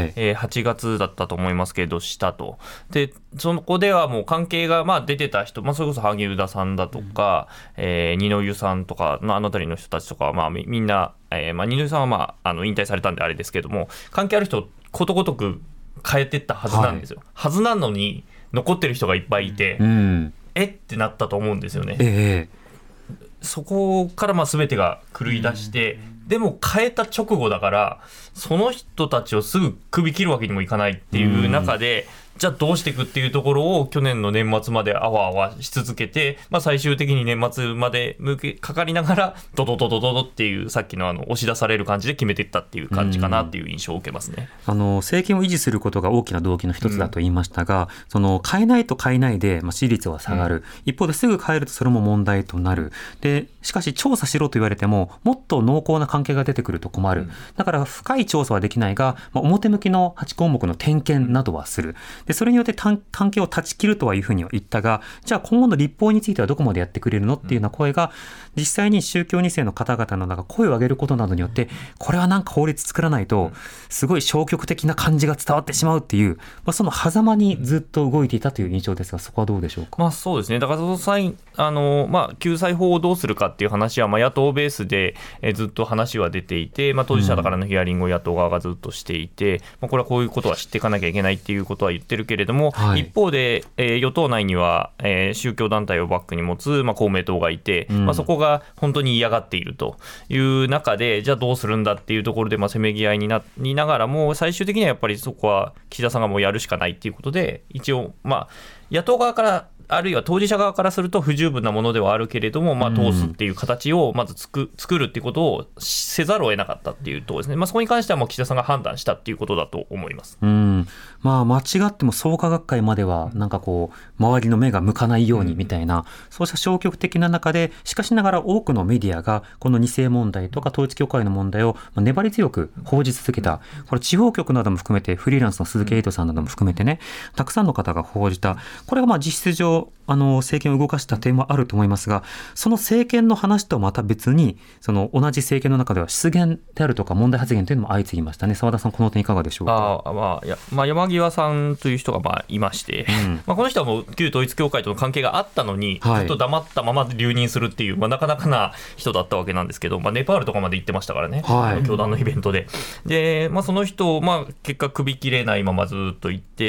、8月だったと思いますけどしたと。でそこではもう関係が出てた人、それこそ萩生田さんだとか、二之湯さんとかの辺りの人たちとかは、みんな、二之湯さんは引退されたんであれですけども、関係ある人ことごとく変えてったはずなんですよ。はずなのに残ってる人がいっぱいいて、ってなったと思うんですよね。そこから全てが狂い出して、でも変えた直後だからその人たちをすぐ首切るわけにもいかないっていう中で、じゃあどうしていくっていうところを去年の年末まであわあわし続けて、最終的に年末までかかりながらドドドドドドっていうさっきの押し出される感じで決めていったっていう感じかなっていう印象を受けますね。 政権を維持することが大きな動機の一つだと言いましたが、変えないと変えないで、支持率は下がる、一方ですぐ変えるとそれも問題となる。でしかし調査しろと言われてももっと濃厚な関係が出てくると困る。だから深い調査はできないが、表向きの8項目の点検などはする。でそれによって関係を断ち切るとはいうふうには言ったが、じゃあ今後の立法についてはどこまでやってくれるのっていうような声が、実際に宗教2世の方々の中声を上げることなどによって、これはなんか法律作らないとすごい消極的な感じが伝わってしまうっていう、その狭間にずっと動いていたという印象ですが、そこはどうでしょうか？ そうですね。だからその際救済法をどうするかっていう話は、野党ベースでずっと話は出ていて、当事者だからのヒアリングを野党側がずっとしていて、これはこういうことは知っていかなきゃいけないっていうことは言ってるけれども、一方で、与党内には、宗教団体をバックに持つ、公明党がいて、そこが本当に嫌がっているという中で、じゃあどうするんだっていうところで、せめぎ合いになりながらも、最終的にはやっぱりそこは岸田さんがもうやるしかないっていうことで、一応野党側からあるいは当事者側からすると不十分なものではあるけれども、通すっていう形をまず作るっていうことをせざるを得なかったっていうところですね。そこに関してはもう岸田さんが判断したっていうことだと思います。 間違っても創価学会まではなんか周りの目が向かないようにみたいな、そうした消極的な中で、しかしながら多くのメディアがこの2世問題とか統一教会の問題を粘り強く報じ続けた。これ地方局なども含めて、フリーランスの鈴木エイトさんなども含めてね、たくさんの方が報じた。これが実質上政権を動かした点はあると思いますが、その政権の話とはまた別に、同じ政権の中では失言であるとか問題発言というのも相次ぎましたね。澤田さん、この点いかがでしょうか？ 山際さんという人がいまして、この人はもう旧統一教会との関係があったのに、ずっと黙ったまま留任するっていう、なかなかな人だったわけなんですけど、ネパールとかまで行ってましたからね、教団のイベントで。で、その人を結果首切れないままずっと行って、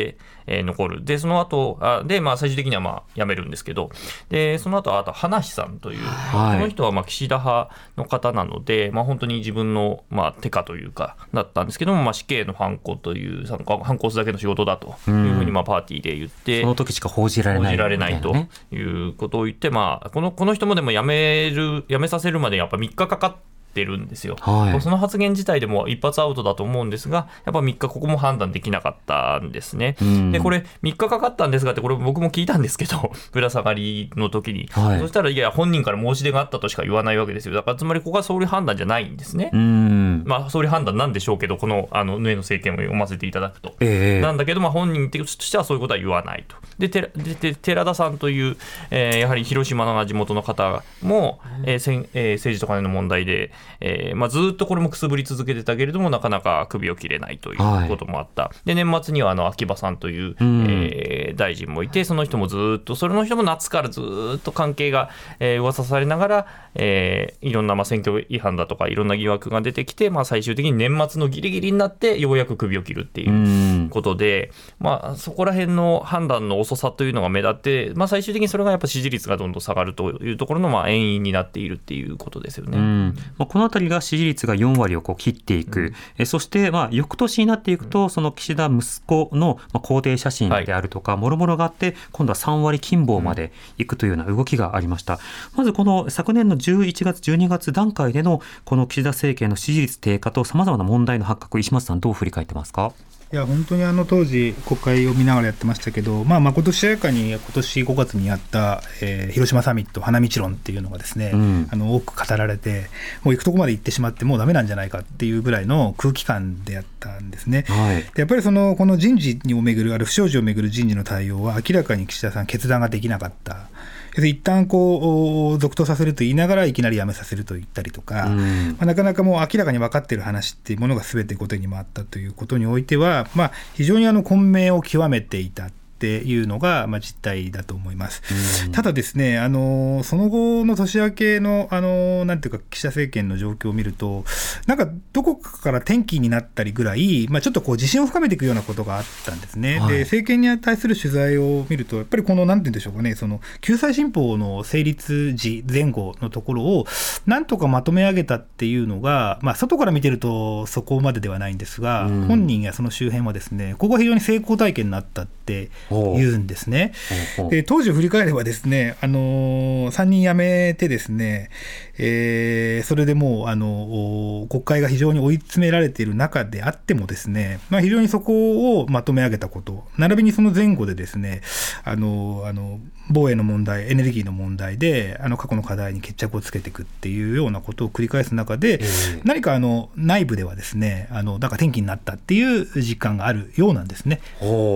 残る。でその後で、最終的には辞めるんですけど、でその後あと花氏さんという、この人は岸田派の方なので、本当に自分の手下というかだったんですけども、死刑のハンコというハンコ押すだけの仕事だというふうにパーティーで言って、 その時しか報じられないということを言って、この人もでも辞めさせるまでやっぱ3日かかってるんですよ、その発言自体でも一発アウトだと思うんですが、やっぱ3日ここも判断できなかったんですね。でこれ3日かかったんですがって、これ僕も聞いたんですけどぶら下がりの時に、そしたらいや本人から申し出があったとしか言わないわけですよ。だからつまりここは総理判断じゃないんですね。総理判断なんでしょうけど、この上野政権を読ませていただくと、なんだけど、本人としてはそういうことは言わないと。で寺田さんという、やはり広島の地元の方も、政治と金の問題で、ずっとこれもくすぶり続けてたけれども、なかなか首を切れないということもあった、で年末には秋葉さんという、大臣もいて、その人もずっと、それの人も夏からずっと関係が、噂されながら、いろんな選挙違反だとかいろんな疑惑が出てきて、最終的に年末のギリギリになってようやく首を切るっていうことで、そこら辺の判断の遅さというのが目立って、最終的にそれがやっぱ支持率がどんどん下がるというところの遠因になっているっていうことですよね。 このあたりが支持率が4割を切っていく、そして翌年になっていくと、その岸田息子の公邸写真であるとかもろもろがあって、今度は3割近傍までいくというような動きがありました。まずこの昨年の11月12月段階でのこの岸田政権の支持率低下とさまざまな問題の発覚、石松さんどう振り返ってますか？ いや本当に当時国会を見ながらやってましたけど、誠しやかに今年5月にやった、広島サミット花道論っていうのがですね、多く語られて、もう行くとこまで行ってしまってもうダメなんじゃないかっていうぐらいの空気感でやったんですね。でやっぱりこの人事をめぐる不祥事をめぐる人事の対応は明らかに岸田さん決断ができなかった。一旦続投させると言いながらいきなり辞めさせると言ったりとか、なかなかもう明らかに分かっている話っていうものが全て後手に回ったということにおいては、非常に混迷を極めていたっていうのが実態だと思います。ただですね、その後の年明けのなんていうか岸田政権の状況を見ると、なんかどこかから転機になったりぐらい、ちょっと自信を深めていくようなことがあったんですね。で政権に対する取材を見ると、やっぱりなんて言うんでしょうかね、その救済新法の成立時前後のところをなんとかまとめ上げたっていうのが、外から見てるとそこまでではないんですが、本人やその周辺はですね、ここが非常に成功体験になったって言うんですね。で当時を振り返ればですね、3人辞めてですね、それでもう国会が非常に追い詰められている中であってもですね、非常にそこをまとめ上げたこと、並びにその前後でですね、防衛の問題、エネルギーの問題で過去の課題に決着をつけていくっていうようなことを繰り返す中で、何か内部ではですね、なんか転機になったっていう実感があるようなんですね。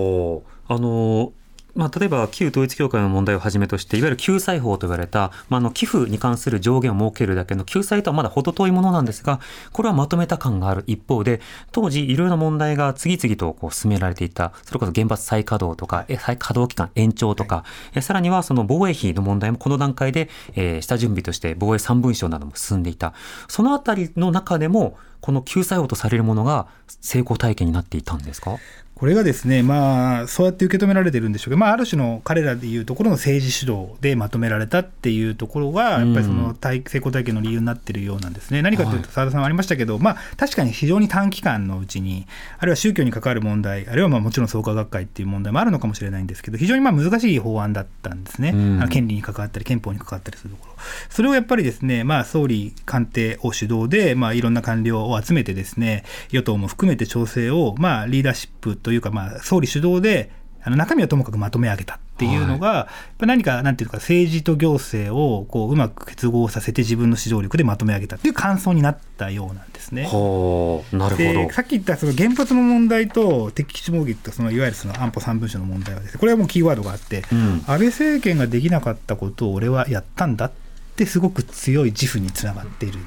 例えば旧統一教会の問題をはじめとして、いわゆる救済法と言われた、寄付に関する上限を設けるだけの救済とはまだ程遠いものなんですが、これはまとめた感がある一方で、当時いろいろな問題が次々と進められていた。それこそ原発再稼働とか再稼働期間延長とか、さらにはその防衛費の問題もこの段階で、下準備として防衛3文書なども進んでいた。そのあたりの中でもこの救済法とされるものが成功体験になっていたんですか？ これがですね、そうやって受け止められてるんでしょうけど、ある種の彼らでいうところの政治主導でまとめられたっていうところが、やっぱりその成功体験の理由になっているようなんですね。何かというと、澤田さんありましたけど、確かに非常に短期間のうちに、あるいは宗教に関わる問題、あるいはもちろん創価学会っていう問題もあるのかもしれないんですけど、非常に難しい法案だったんですね。権利に関わったり憲法に関わったりするところ、それをやっぱりですね、総理官邸を主導で、いろんな官僚を集めてですね、与党も含めて調整を、リーダーシップというか、総理主導で中身はともかくまとめ上げたっていうのが、やっぱ何かなんていうか政治と行政をうまく結合させて自分の指導力でまとめ上げたっていう感想になったようなんですね。 なるほど。 でさっき言ったその原発の問題と敵基地攻撃といわゆるその安保3文書の問題はですね、これはもうキーワードがあって、安倍政権ができなかったことを俺はやったんだってすごく強い自負につながっている。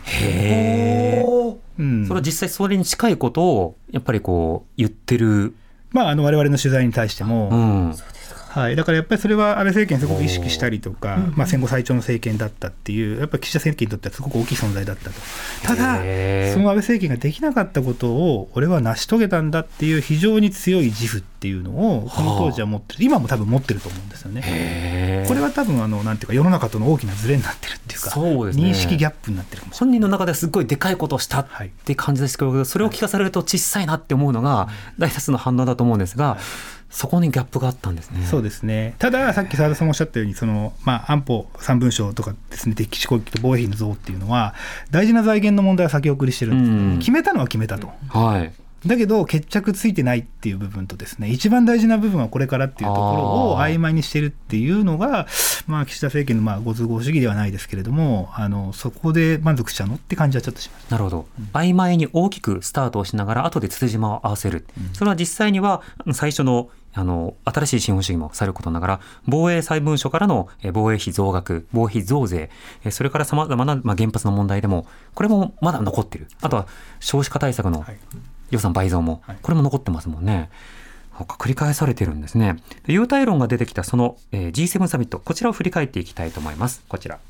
それは実際それに近いことをやっぱり言ってる。 我々の取材に対しても、 はい、だからやっぱりそれは安倍政権すごく意識したりとか、戦後最長の政権だったっていう、やっぱり岸田政権にとってはすごく大きい存在だったと。ただその安倍政権ができなかったことを俺は成し遂げたんだっていう非常に強い自負っていうのをこの当時は持ってる、今も多分持ってると思うんですよね。これは多分なんていうか世の中との大きなズレになってるっていうか、 そうですね、 認識ギャップになってるかもしれない。 本人の中ではすごいでかいことをしたって感じですけど、それを聞かされると小さいなって思うのが大多数の反応だと思うんですが、そこにギャップがあったんですね。 そうですね。たださっき澤田さんもおっしゃったように安保3文書とかですね、敵基地攻撃と防衛費の増っていうのは大事な財源の問題は先送りしてるんですよね。決めたのは決めたと、はい、だけど決着ついてないっていう部分とですね、一番大事な部分はこれからっていうところを曖昧にしてるっていうのが、岸田政権のご都合主義ではないですけれども、そこで満足しちゃうのって感じはちょっとします。 なるほど、曖昧に大きくスタートをしながら後で辻褄を合わせる、それは実際には最初の新しい資本主義もさることながら、防衛3文書からの防衛費増額、防衛費増税、それからさまざまな原発の問題でもこれもまだ残っている。あとは少子化対策の予算倍増もこれも残ってますもんね。繰り返されてるんですね。優待論が出てきたその G7 サミット、こちらを振り返っていきたいと思います。こちら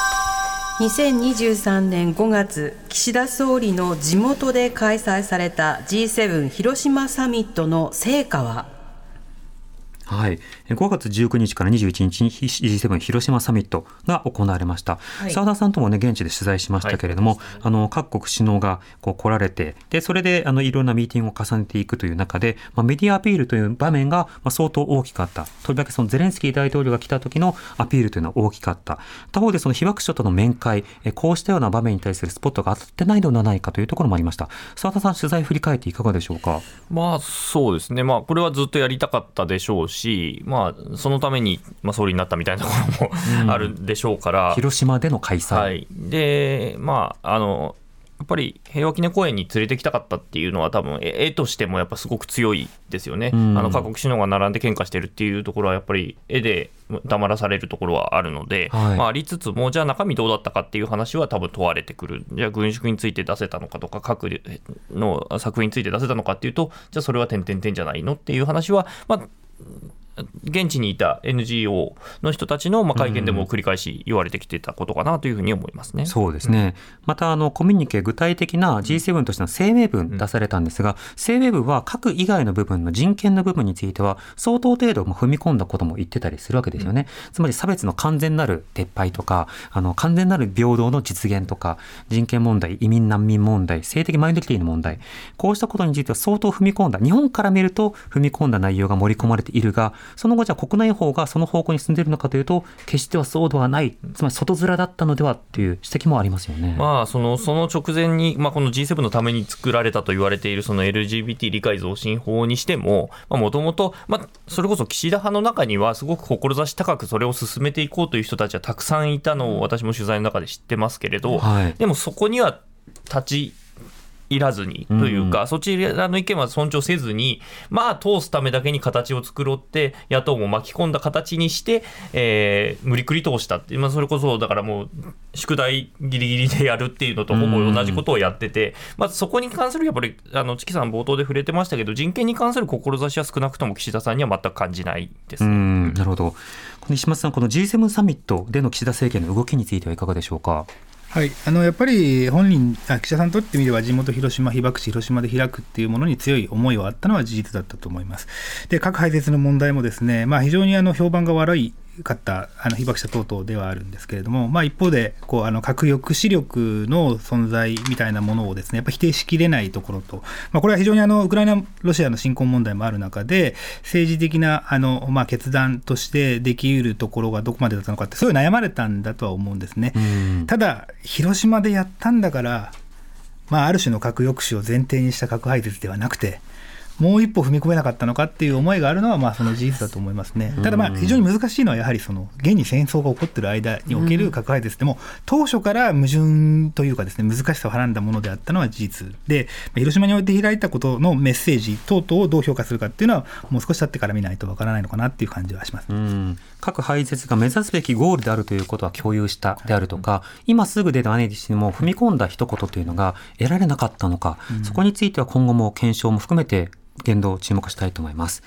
2023年5月、岸田総理の地元で開催された G7 広島サミットの成果は。 はい、5月19日から21日に G7 広島サミットが行われました。澤田さんともね現地で取材しましたけれども、各国首脳が来られて、でそれでいろんなミーティングを重ねていくという中で、メディアアピールという場面が相当大きかった。とりわけそのゼレンスキー大統領が来た時のアピールというのは大きかった。他方でその被爆者との面会、こうしたような場面に対するスポットが当たってないのではないかというところもありました。澤田さん、取材振り返っていかがでしょうか。 そうですね、これはずっとやりたかったでしょうし、そのために総理になったみたいなところもあるでしょうから、 広島での開催、 でやっぱり平和記念公園に連れてきたかったっていうのは多分絵としてもやっぱすごく強いですよね。各国首脳が並んで喧嘩してるっていうところはやっぱり絵で黙らされるところはあるので、ありつつもじゃあ中身どうだったかっていう話は多分問われてくる。じゃあ軍縮について出せたのかとか、核の作品について出せたのかっていうと、じゃあそれは点々点じゃないのっていう話は現地にいた NGO の人たちの会見でも繰り返し言われてきてたことかなというふうに思いますね。 そうですね。またコミュニケ具体的な G7 としての声明文出されたんですが、声明文は核以外の部分の人権の部分については相当程度踏み込んだことも言ってたりするわけですよね。つまり差別の完全なる撤廃とか、完全なる平等の実現とか、人権問題、移民難民問題、性的マイノリティの問題、こうしたことについては相当踏み込んだ、日本から見ると踏み込んだ内容が盛り込まれているが、その後じゃあ国内法がその方向に進んでいるのかというと、決してはそうではない、つまり外面だったのではという指摘もありますよね。 その直前に、この G7 のために作られたと言われているその LGBT 理解増進法にしても、もともとそれこそ岸田派の中にはすごく志高くそれを進めていこうという人たちはたくさんいたのを私も取材の中で知ってますけれど、でもそこには立ちいらずにというか、そちらの意見は尊重せずに、通すためだけに形を作ろうって野党も巻き込んだ形にして、無理くり通したって、それこそだからもう宿題ギリギリでやるっていうのとほぼ同じことをやってて、そこに関するやっぱりチキさん冒頭で触れてましたけど、人権に関する志は少なくとも岸田さんには全く感じないです。 なるほど。西松さん、この G7 サミットでの岸田政権の動きについてはいかがでしょうか。 はい、やっぱり岸田さんにとってみれば地元広島、被爆地広島で開くっていうものに強い思いはあったのは事実だったと思います。で、核廃絶の問題もですね、非常に評判が悪いかった被爆者等々ではあるんですけれども、一方で核抑止力の存在みたいなものをですね、やっぱ否定しきれないところと、これは非常にウクライナロシアの侵攻問題もある中で政治的な決断としてできうるところがどこまでだったのかってすごい悩まれたんだとは思うんですね。ただ広島でやったんだから、ある種の核抑止を前提にした核廃絶ではなくて、もう一歩踏み込めなかったのかっていう思いがあるのはその事実だと思いますね。ただ非常に難しいのはやはり現に戦争が起こっている間における核廃絶でも当初から矛盾というかですね、難しさをはらんだものであったのは事実で、広島において開いたことのメッセージ等々をどう評価するかっていうのはもう少し経ってから見ないとわからないのかなっていう感じはします。 核廃絶が目指すべきゴールであるということは共有したであるとか、今すぐでないにしても踏み込んだ一言というのが得られなかったのか、そこについては今後も検証も含めて言動を注目したいと思います。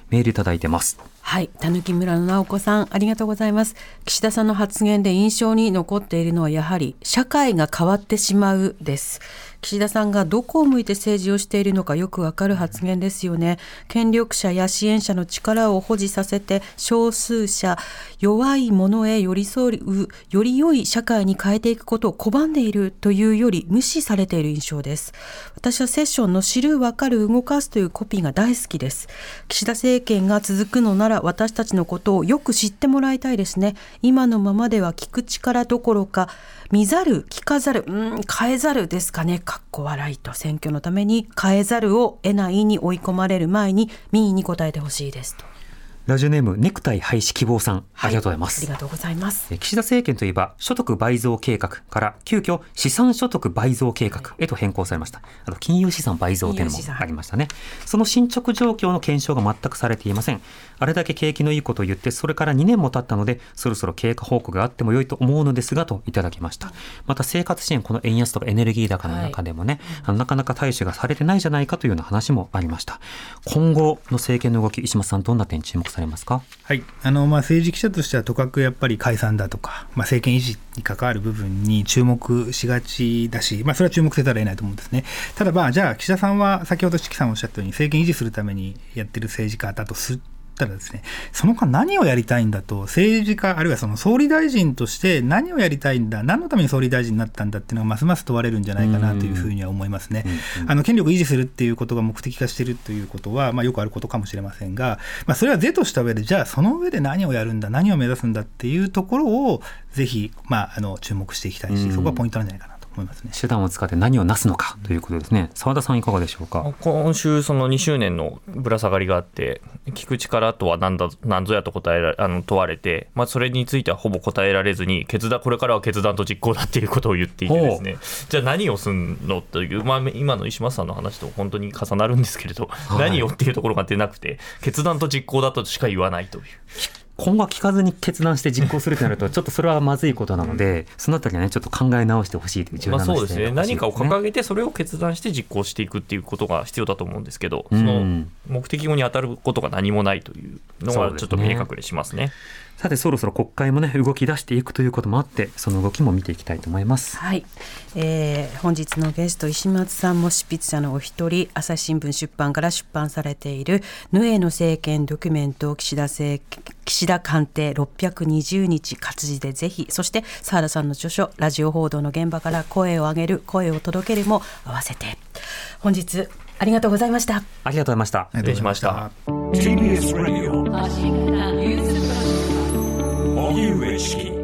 メールいただいてます。 はい、たぬき村の直子さん、ありがとうございます。岸田さんの発言で印象に残っているのはやはり社会が変わってしまうです。岸田さんがどこを向いて政治をしているのかよくわかる発言ですよね。権力者や支援者の力を保持させて少数者、弱い者へ寄り添うより良い社会に変えていくことを拒んでいるというより無視されている印象です。私はセッションの知る、わかる、動かすというコピーが大好きです。岸田政権が続くのなら私たちのことをよく知ってもらいたいですね。今のままでは聞く力どころか見ざる、聞かざる、変えざるですかね。かっこ笑いと、選挙のために変えざるを得ないに追い込まれる前に民意に応えてほしいですと。 ラジオネームネクタイ廃止希望さん、ありがとうございます。 ありがとうございます。 岸田政権といえば所得倍増計画から急遽資産所得倍増計画へと変更されました。あと金融資産倍増というのもありましたね。その進捗状況の検証が全くされていません。あれだけ景気のいいことを言ってそれから2年も経ったのでそろそろ経過報告があっても良いと思うのですがといただきました。また生活支援、この円安とかエネルギー高の中でもね、なかなか対処がされてないじゃないかというような話もありました。今後の政権の動き、石松さんどんな点注目されますか？ はい、政治記者としてはとかくやっぱり解散だとか、政権維持に関わる部分に注目しがちだし、それは注目せざるを得ないと思うんですね。ただじゃあ岸田さんは先ほど四季さんおっしゃったように政権維持するためにやってる政治家だとするたらですね、その間何をやりたいんだと、政治家あるいはその総理大臣として何をやりたいんだ、何のために総理大臣になったんだっていうのがますます問われるんじゃないかなというふうには思いますね。権力を維持するっていうことが目的化しているということは、よくあることかもしれませんが、それは是とした上で、じゃあその上で何をやるんだ、何を目指すんだっていうところをぜひ、注目していきたいし、そこがポイントなんじゃないかなと思いますね。 手段を使って何をなすのかということですね。澤田さんいかがでしょうか？ 今週その2周年のぶら下がりがあって、聞く力とは何ぞやと問われて、それについてはほぼ答えられずに、これからは決断と実行だっていうことを言っていてですね、じゃあ何をすんのという、今の石松さんの話と本当に重なるんですけれど、何をっていうところが出なくて、決断と実行だとしか言わないという。 今後は聞かずに決断して実行するとなるとちょっとそれはまずいことなので、そのあたりはねちょっと考え直してほしいという柔軟な姿勢が欲しいですね。 何かを掲げてそれを決断して実行していくっていうことが必要だと思うんですけど、その目的語に当たることが何もないというのがちょっと見え隠れしますね。 さてそろそろ国会もね動き出していくということもあって、その動きも見ていきたいと思います。 はい、本日のゲスト石松さんも執筆者のお一人、朝日新聞出版から出版されているヌエの政権ドキュメント、岸田官邸620日活字でぜひ、そして澤田さんの著書ラジオ報道の現場から声を上げる、声を届けるも合わせて本日ありがとうございました。 ありがとうございました。 失礼しました。 TBS Radio 荻上チキ